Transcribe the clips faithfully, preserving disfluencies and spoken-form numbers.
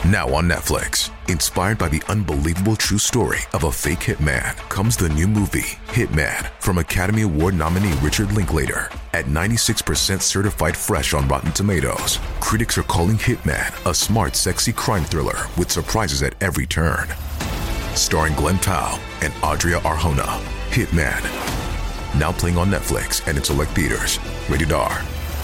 Now on Netflix, inspired by the unbelievable true story of a fake hitman, comes the new movie, Hitman, from Academy Award nominee Richard Linklater. At ninety-six percent certified fresh on Rotten Tomatoes, critics are calling Hitman a smart, sexy crime thriller with surprises at every turn. Starring Glenn Powell and Adria Arjona, Hitman. Now playing on Netflix and in select theaters. Rated R.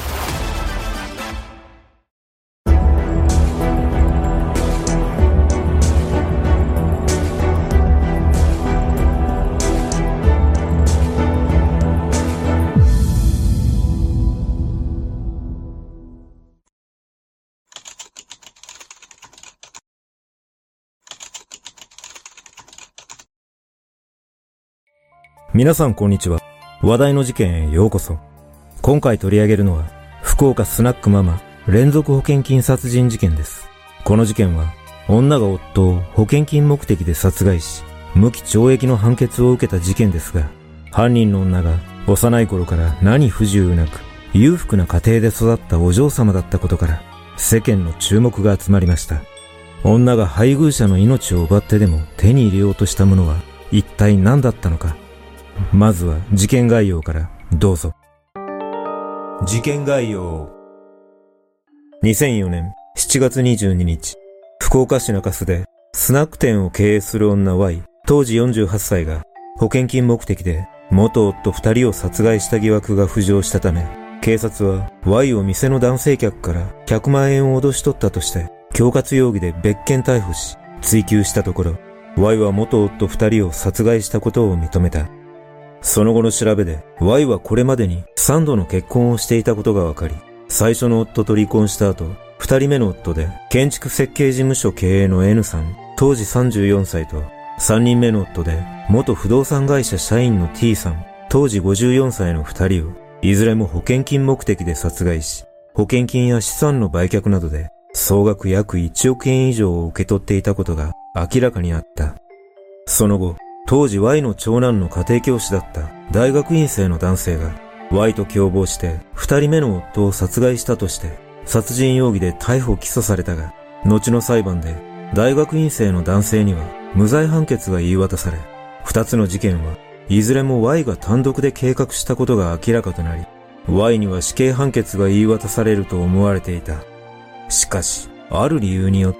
皆さんこんにちは。話題の事件へようこそ。今回取り上げるのは福岡スナックママ連続保険金殺人事件です。この事件は女が夫を保険金目的で殺害し無期懲役の判決を受けた事件ですが、犯人の女が幼い頃から何不自由なく裕福な家庭で育ったお嬢様だったことから世間の注目が集まりました。女が配偶者の命を奪ってでも手に入れようとしたものは一体何だったのか。まずは事件概要からどうぞ。事件概要。にせんよねんしちがつにじゅうににち、福岡市中洲でスナック店を経営する女 Y、当時よんじゅうはっさいが保険金目的で元夫ふたりを殺害した疑惑が浮上したため、警察は Y を店の男性客からひゃくまんえんを脅し取ったとして恐喝容疑で別件逮捕し追及したところ、 Y は元夫ふたりを殺害したことを認めた。その後の調べで Y はこれまでにさんどの結婚をしていたことが分かり、最初の夫と離婚した後、ふたりめの夫で建築設計事務所経営の N さん、当時さんじゅうよんさいと、さんにんめの夫で元不動産会社社員の T さん、当時ごじゅうよんさいのふたりをいずれも保険金目的で殺害し、保険金や資産の売却などで総額約いちおくえん以上を受け取っていたことが明らかになった。その後、当時 Y の長男の家庭教師だった大学院生の男性が Y と共謀してふたりめの夫を殺害したとして殺人容疑で逮捕起訴されたが、後の裁判で大学院生の男性には無罪判決が言い渡され、二つの事件はいずれも Y が単独で計画したことが明らかとなり、 Y には死刑判決が言い渡されると思われていた。しかしある理由によって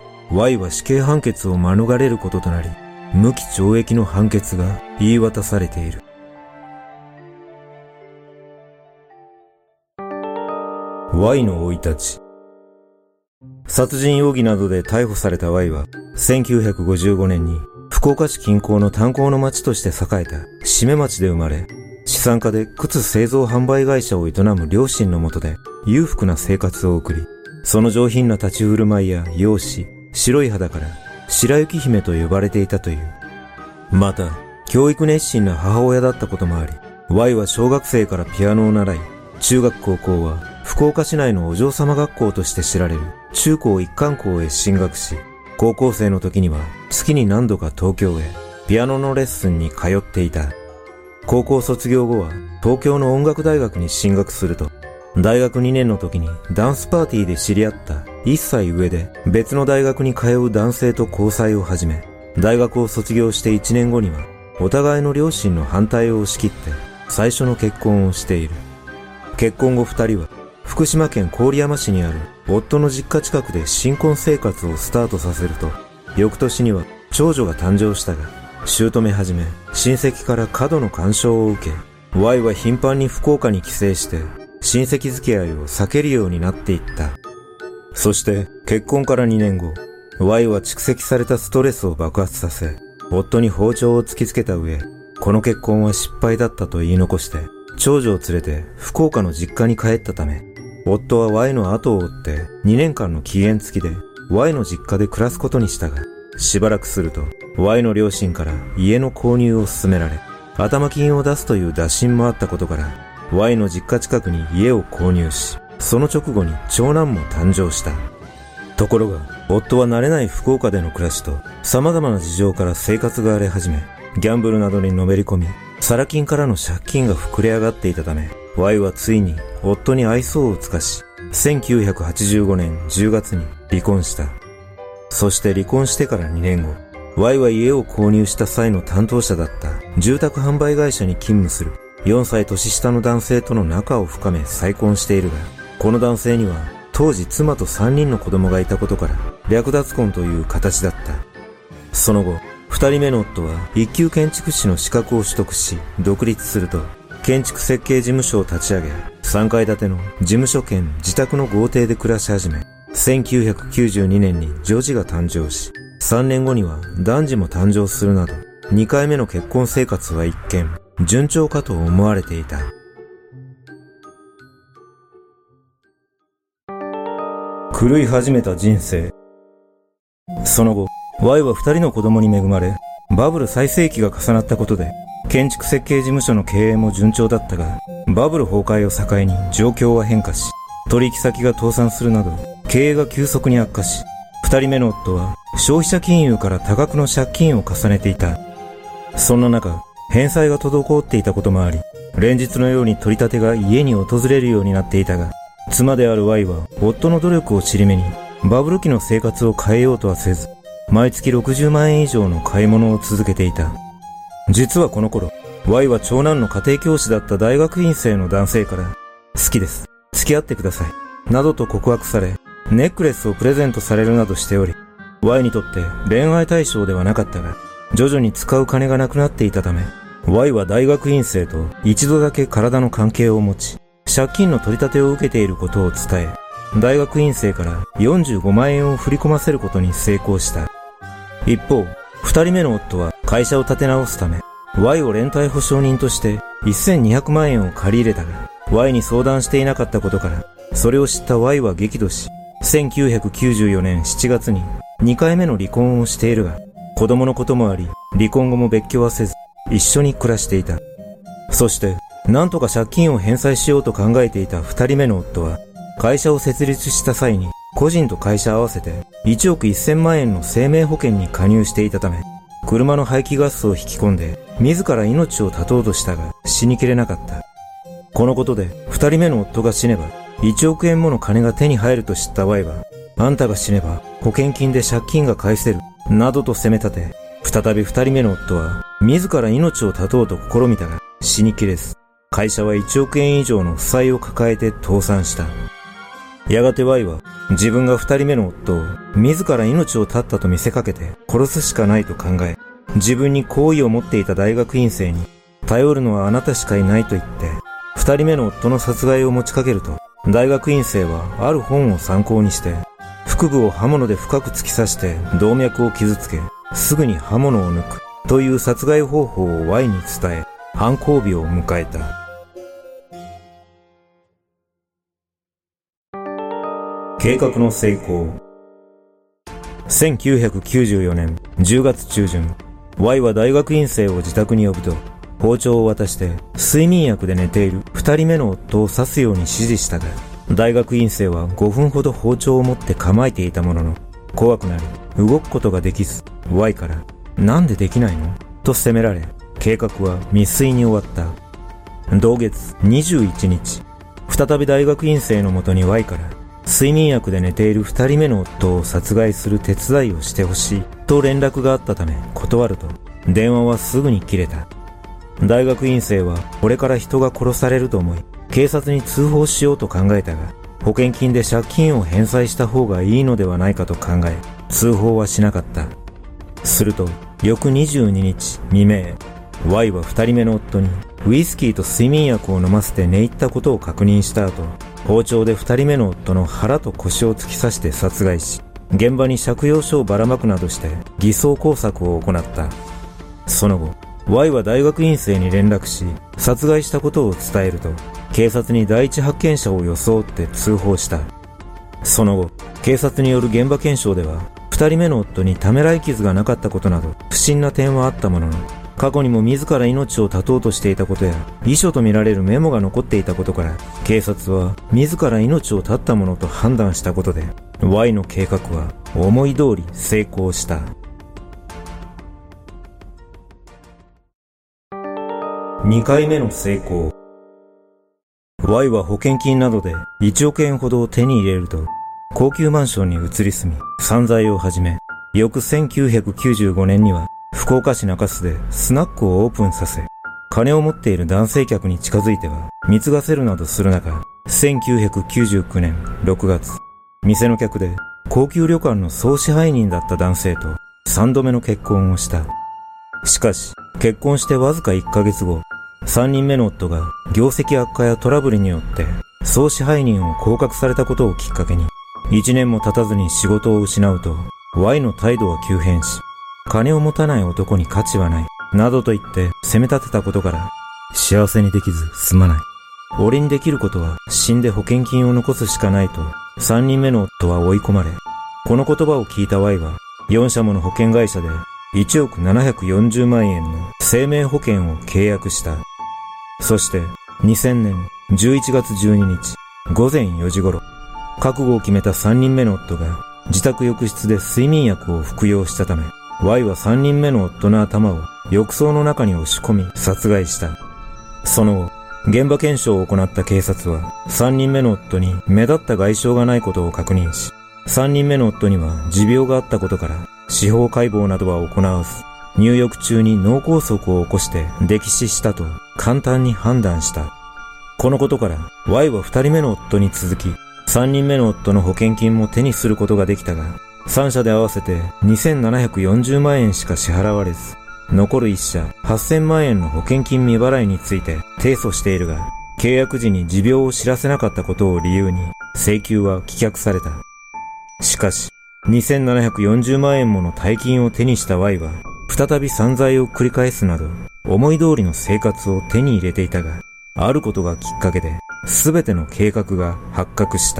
Y は死刑判決を免れることとなり、無期懲役の判決が言い渡されている。Y の生い立ち。殺人容疑などで逮捕された Y はせんきゅうひゃくごじゅうごねんに福岡市近郊の炭鉱の町として栄えた志免町で生まれ、資産家で靴製造販売会社を営む両親の下で裕福な生活を送り、その上品な立ち振る舞いや容姿、白い肌から白雪姫と呼ばれていたという。また、教育熱心な母親だったこともあり、Y は小学生からピアノを習い、中学高校は福岡市内のお嬢様学校として知られる中高一貫校へ進学し、高校生の時には月に何度か東京へピアノのレッスンに通っていた。高校卒業後は東京の音楽大学に進学すると、大学にねんの時にダンスパーティーで知り合ったいっさい上で別の大学に通う男性と交際を始め、大学を卒業していちねんごにはお互いの両親の反対を押し切って最初の結婚をしている。結婚後二人は福島県郡山市にある夫の実家近くで新婚生活をスタートさせると、翌年には長女が誕生したが、姑はじめ親戚から過度の干渉を受け、 Y は頻繁に福岡に帰省して親戚付き合いを避けるようになっていった。そして結婚からにねんご、 Y は蓄積されたストレスを爆発させ、夫に包丁を突きつけた上、この結婚は失敗だったと言い残して長女を連れて福岡の実家に帰ったため、夫は Y の後を追ってにねんかんの期限付きで Y の実家で暮らすことにしたが、しばらくすると Y の両親から家の購入を勧められ、頭金を出すという打診もあったことから Y の実家近くに家を購入し、その直後に長男も誕生した。ところが夫は慣れない福岡での暮らしと様々な事情から生活が荒れ始め、ギャンブルなどにのめり込み、サラ金からの借金が膨れ上がっていたため、 Y はついに夫に愛想を尽かし、せんきゅうひゃくはちじゅうごねんじゅうがつに離婚した。 そして離婚してからにねんご、Y は家を購入した際の担当者だった住宅販売会社に勤務するよんさい年下の男性との仲を深め再婚しているが、この男性には当時妻とさんにんの子供がいたことから略奪婚という形だった。その後、二人目の夫は一級建築士の資格を取得し独立すると、建築設計事務所を立ち上げ、さんかい建ての事務所兼自宅の豪邸で暮らし始め、せんきゅうひゃくきゅうじゅうにねんに女児が誕生し、さんねんごには男児も誕生するなど、にかいめの結婚生活は一見順調かと思われていた。狂い始めた人生。その後、Y は二人の子供に恵まれ、バブル最盛期が重なったことで、建築設計事務所の経営も順調だったが、バブル崩壊を境に状況は変化し、取引先が倒産するなど、経営が急速に悪化し、二人目の夫は消費者金融から多額の借金を重ねていた。そんな中、返済が滞っていたこともあり、連日のように取り立てが家に訪れるようになっていたが、妻である Y は夫の努力を尻目に、バブル期の生活を変えようとはせず、毎月ろくじゅうまんえん以上の買い物を続けていた。実はこの頃、Y は長男の家庭教師だった大学院生の男性から、好きです、付き合ってください、などと告白され、ネックレスをプレゼントされるなどしており、Y にとって恋愛対象ではなかったが、徐々に使う金がなくなっていたため、Y は大学院生と一度だけ体の関係を持ち、借金の取り立てを受けていることを伝え、大学院生からよんじゅうごまんえんを振り込ませることに成功した。一方、二人目の夫は会社を立て直すため、Y を連帯保証人としてせんにひゃくまんえんを借り入れたが、Y に相談していなかったことから、それを知った Y は激怒し、せんきゅうひゃくきゅうじゅうよねんしちがつににかいめの離婚をしているが、子供のこともあり、離婚後も別居はせず、一緒に暮らしていた。そして、なんとか借金を返済しようと考えていた二人目の夫は、会社を設立した際に、個人と会社合わせていちおくせんまんえんの生命保険に加入していたため、車の排気ガスを引き込んで、自ら命を絶とうとしたが、死にきれなかった。このことで、二人目の夫が死ねば、いちおくえんもの金が手に入ると知った Y は、あんたが死ねば保険金で借金が返せる、などと責め立て、再び二人目の夫は、自ら命を絶とうと試みたが、死にきれず、会社はいちおくえん以上の負債を抱えて倒産した。やがて Y は、自分が二人目の夫を、自ら命を絶ったと見せかけて殺すしかないと考え、自分に好意を持っていた大学院生に、頼るのはあなたしかいないと言って、二人目の夫の殺害を持ちかけると、大学院生はある本を参考にして、腹部を刃物で深く突き刺して動脈を傷つけ、すぐに刃物を抜くという殺害方法を Y に伝え、犯行日を迎えた。計画の成功。せんきゅうひゃくきゅうじゅうよねんじゅうがつちゅうじゅん、Y は大学院生を自宅に呼ぶと、包丁を渡して睡眠薬で寝ている二人目の夫を刺すように指示したが、大学院生はごふんほど包丁を持って構えていたものの、怖くなり動くことができず、 Y からなんでできないのと責められ、計画は未遂に終わった。同月にじゅういちにち、再び大学院生のもとに Y から睡眠薬で寝ている二人目の夫を殺害する手伝いをしてほしいと連絡があったため断ると、電話はすぐに切れた。大学院生はこれから人が殺されると思い、警察に通報しようと考えたが、保険金で借金を返済した方がいいのではないかと考え、通報はしなかった。すると、翌にじゅうににち未明、Y は二人目の夫にウイスキーと睡眠薬を飲ませて寝入ったことを確認した後、包丁で二人目の夫の腹と腰を突き刺して殺害し、現場に借用書をばらまくなどして偽装工作を行った。その後、Y は大学院生に連絡し、殺害したことを伝えると、警察に第一発見者を装って通報した。その後、警察による現場検証では、二人目の夫にためらい傷がなかったことなど不審な点はあったものの、過去にも自ら命を絶とうとしていたことや、遺書とみられるメモが残っていたことから、警察は自ら命を絶ったものと判断したことで、Y の計画は思い通り成功した。にかいめの成功。Y は保険金などでいちおくえんほどを手に入れると、高級マンションに移り住み、散財を始め、 翌せんきゅうひゃくきゅうじゅうごねんには福岡市中洲でスナックをオープンさせ、金を持っている男性客に近づいては貢がせるなどする中、せんきゅうひゃくきゅうじゅうきゅうねんろくがつ、店の客で高級旅館の総支配人だった男性とさんどめの結婚をした。しかし、結婚してわずかいっかげつご、さんにんめの夫が業績悪化やトラブルによって総支配人を降格されたことをきっかけに、いちねんも経たずに仕事を失うと、Y の態度は急変し、金を持たない男に価値はない、などと言って責め立てたことから、幸せにできずすまない。俺にできることは死んで保険金を残すしかないと、さんにんめの夫は追い込まれ、この言葉を聞いた Y は、よんしゃもの保険会社でいちおくななひゃくよんじゅうまんえんの生命保険を契約した。そして、にせんねんじゅういちがつじゅうににち、ごぜんよじ頃、覚悟を決めたさんにんめの夫が、自宅浴室で睡眠薬を服用したため、Y はさんにんめの夫の頭を浴槽の中に押し込み殺害した。その後、現場検証を行った警察は、さんにんめの夫に目立った外傷がないことを確認し、さんにんめの夫には持病があったことから、司法解剖などは行わず、入浴中に脳梗塞を起こして溺死したと簡単に判断した。このことから、Y はふたりめの夫に続き、さんにんめの夫の保険金も手にすることができたが、さんしゃで合わせてにせんななひゃくよんじゅうまんえんしか支払われず、残るいっしゃはっせんまんえんの保険金未払いについて提訴しているが、契約時に持病を知らせなかったことを理由に請求は棄却された。しかし、にせんななひゃくよんじゅうまんえんもの大金を手にした Y は、再び散財を繰り返すなど、思い通りの生活を手に入れていたが、あることがきっかけで、すべての計画が発覚した。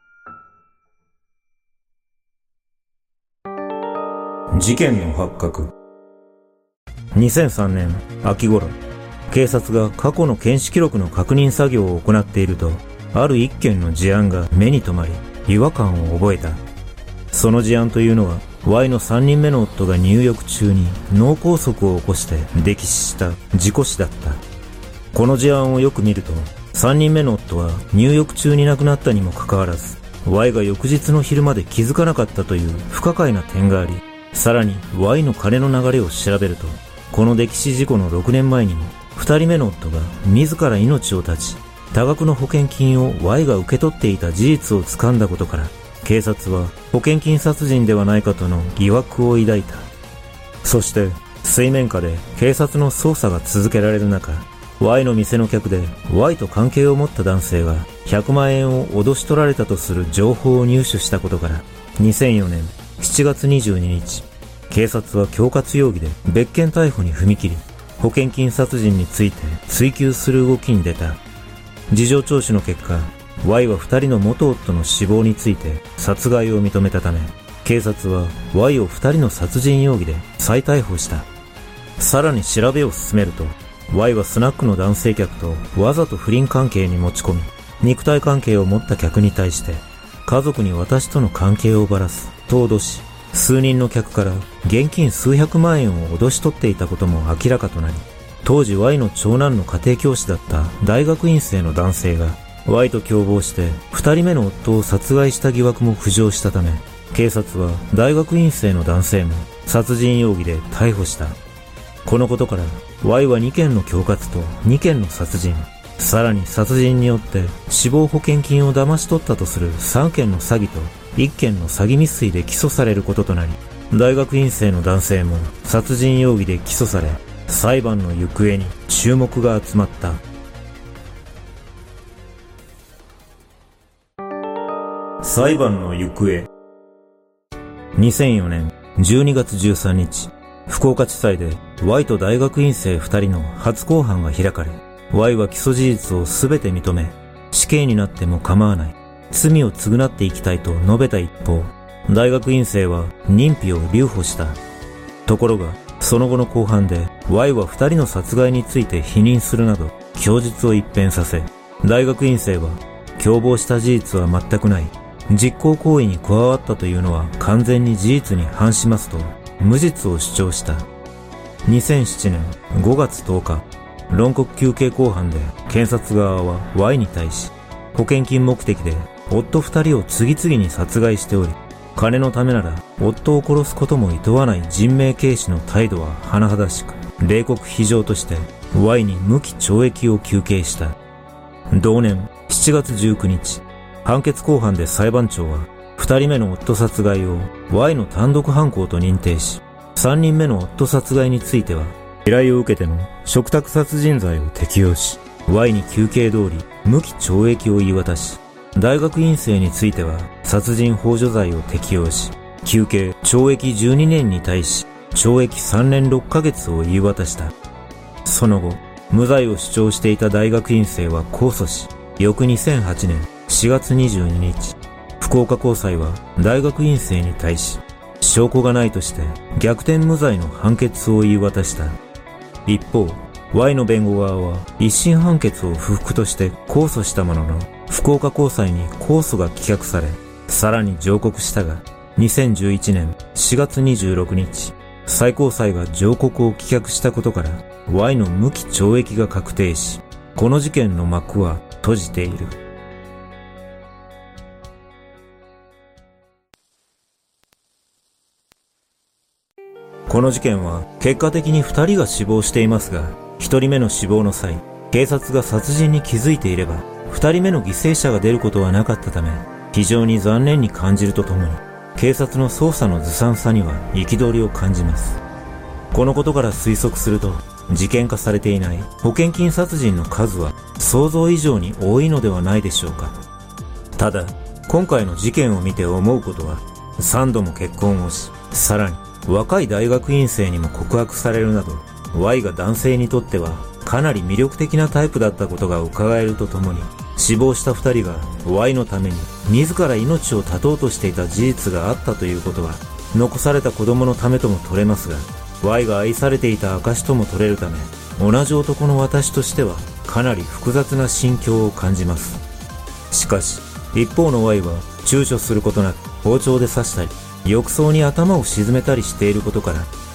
事件の発覚。にせんさんねん秋頃、警察が過去の検視記録の確認作業を行っていると、ある一件の事案が目に留まり、違和感を覚えた。その事案というのは、Y のさんにんめの夫が入浴中に脳梗塞を起こして溺死した事故死だった。この事案をよく見ると、さんにんめの夫は入浴中に亡くなったにもかかわらず、Y が翌日の昼まで気づかなかったという不可解な点があり、さらに Y の金の流れを調べると、この溺死事故のろくねんまえにも、ふたりめの夫が自ら命を絶ち、多額の保険金を Y が受け取っていた事実を掴んだことから、警察は保険金殺人ではないかとの疑惑を抱いた。そして、水面下で警察の捜査が続けられる中、Y の店の客で Y と関係を持った男性がひゃくまんえんを脅し取られたとする情報を入手したことから、にせんよねんしちがつにじゅうににち、警察は恐喝容疑で別件逮捕に踏み切り、保険金殺人について追及する動きに出た。事情聴取の結果、Y は二人の元夫の死亡について殺害を認めたため、警察は Y を二人の殺人容疑で再逮捕した。さらに調べを進めると、Y はスナックの男性客とわざと不倫関係に持ち込み、肉体関係を持った客に対して、家族に私との関係をばらすと脅し、数人の客から現金数百万円を脅し取っていたことも明らかとなり、当時 Y の長男の家庭教師だった大学院生の男性が Y と共謀して二人目の夫を殺害した疑惑も浮上したため、警察は大学院生の男性も殺人容疑で逮捕した。このことから Y はにけんの恐喝とにけんの殺人、さらに殺人によって死亡保険金を騙し取ったとするさんけんの詐欺といっけんの詐欺未遂で起訴されることとなり、大学院生の男性も殺人容疑で起訴され、裁判の行方に注目が集まった。裁判の行方。にせんよねんじゅうにがつじゅうさんにち、福岡地裁で Y と大学院生ふたりの初公判が開かれ、Y は起訴事実をすべて認め、死刑になっても構わない、罪を償っていきたいと述べた一方、大学院生は認否を留保した。ところが、その後の公判で Y はふたりの殺害について否認するなど供述を一変させ、大学院生は共謀した事実は全くない、実行行為に加わったというのは完全に事実に反しますと無実を主張した。にせんななねんごがつとおか、論告求刑公判で検察側は Y に対し、保険金目的で夫ふたりを次々に殺害しており、 金のためなら夫を殺すことも厭わない人命軽視の態度は甚だしく、冷酷非常として Y に無期懲役を求刑した。同年しちがつじゅうくにち、判決公判で裁判長は二人目の夫殺害を Y の単独犯行と認定し、三人目の夫殺害については依頼を受けての嘱託殺人罪を適用し、Y に求刑通り無期懲役を言い渡し、大学院生については殺人幇助罪を適用し、求刑懲役じゅうにねんに対し懲役さんねんろっかげつを言い渡した。その後、無罪を主張していた大学院生は控訴し、翌にせんはちねんしがつにじゅうににち、福岡高裁は大学院生に対し、証拠がないとして逆転無罪の判決を言い渡した。一方、Y の弁護側は一審判決を不服として控訴したものの、福岡高裁に控訴が棄却され、さらに上告したが、にせんじゅういちねんしがつにじゅうろくにち、最高裁が上告を棄却したことから、Y の無期懲役が確定し、この事件の幕は閉じている。この事件は結果的に二人が死亡していますが、一人目の死亡の際、警察が殺人に気づいていれば、二人目の犠牲者が出ることはなかったため、非常に残念に感じるとともに、警察の捜査のずさんさには憤りを感じます。このことから推測すると、事件化されていない保険金殺人の数は想像以上に多いのではないでしょうか。ただ、今回の事件を見て思うことは、三度も結婚をし、さらに若い大学院生にも告白されるなど、Y が男性にとってはかなり魅力的なタイプだったことが伺えるとともに、死亡した二人が Y のために自ら命を絶とうとしていた事実があったということは、残された子供のためとも取れますが、Y が愛されていた証とも取れるため、同じ男の私としてはかなり複雑な心境を感じます。しかし、一方の Y は躊躇することなく包丁で刺したり、浴槽に頭を沈めたりしていることから、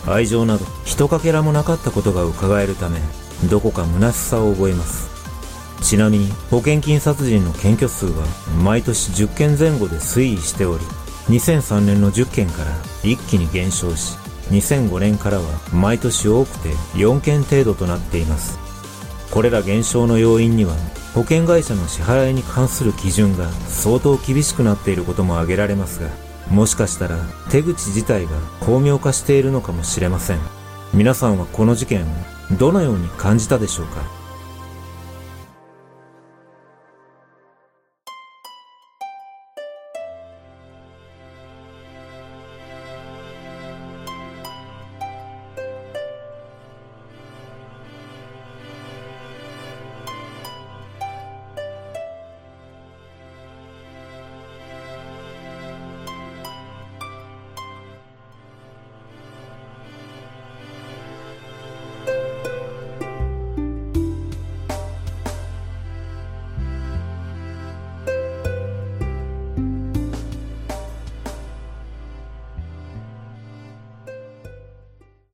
愛情など一かけらもなかったことが伺えるため、どこか虚しさを覚えます。ちなみに保険金殺人の検挙数は毎年じゅっけんぜん後で推移しており、にせんさんねんのじゅっけんから一気に減少し、にせんごねんからは毎年多くてよんけん程度となっています。これら減少の要因には、保険会社の支払いに関する基準が相当厳しくなっていることも挙げられますが、もしかしたら手口自体が巧妙化しているのかもしれません。皆さんはこの事件をどのように感じたでしょうか。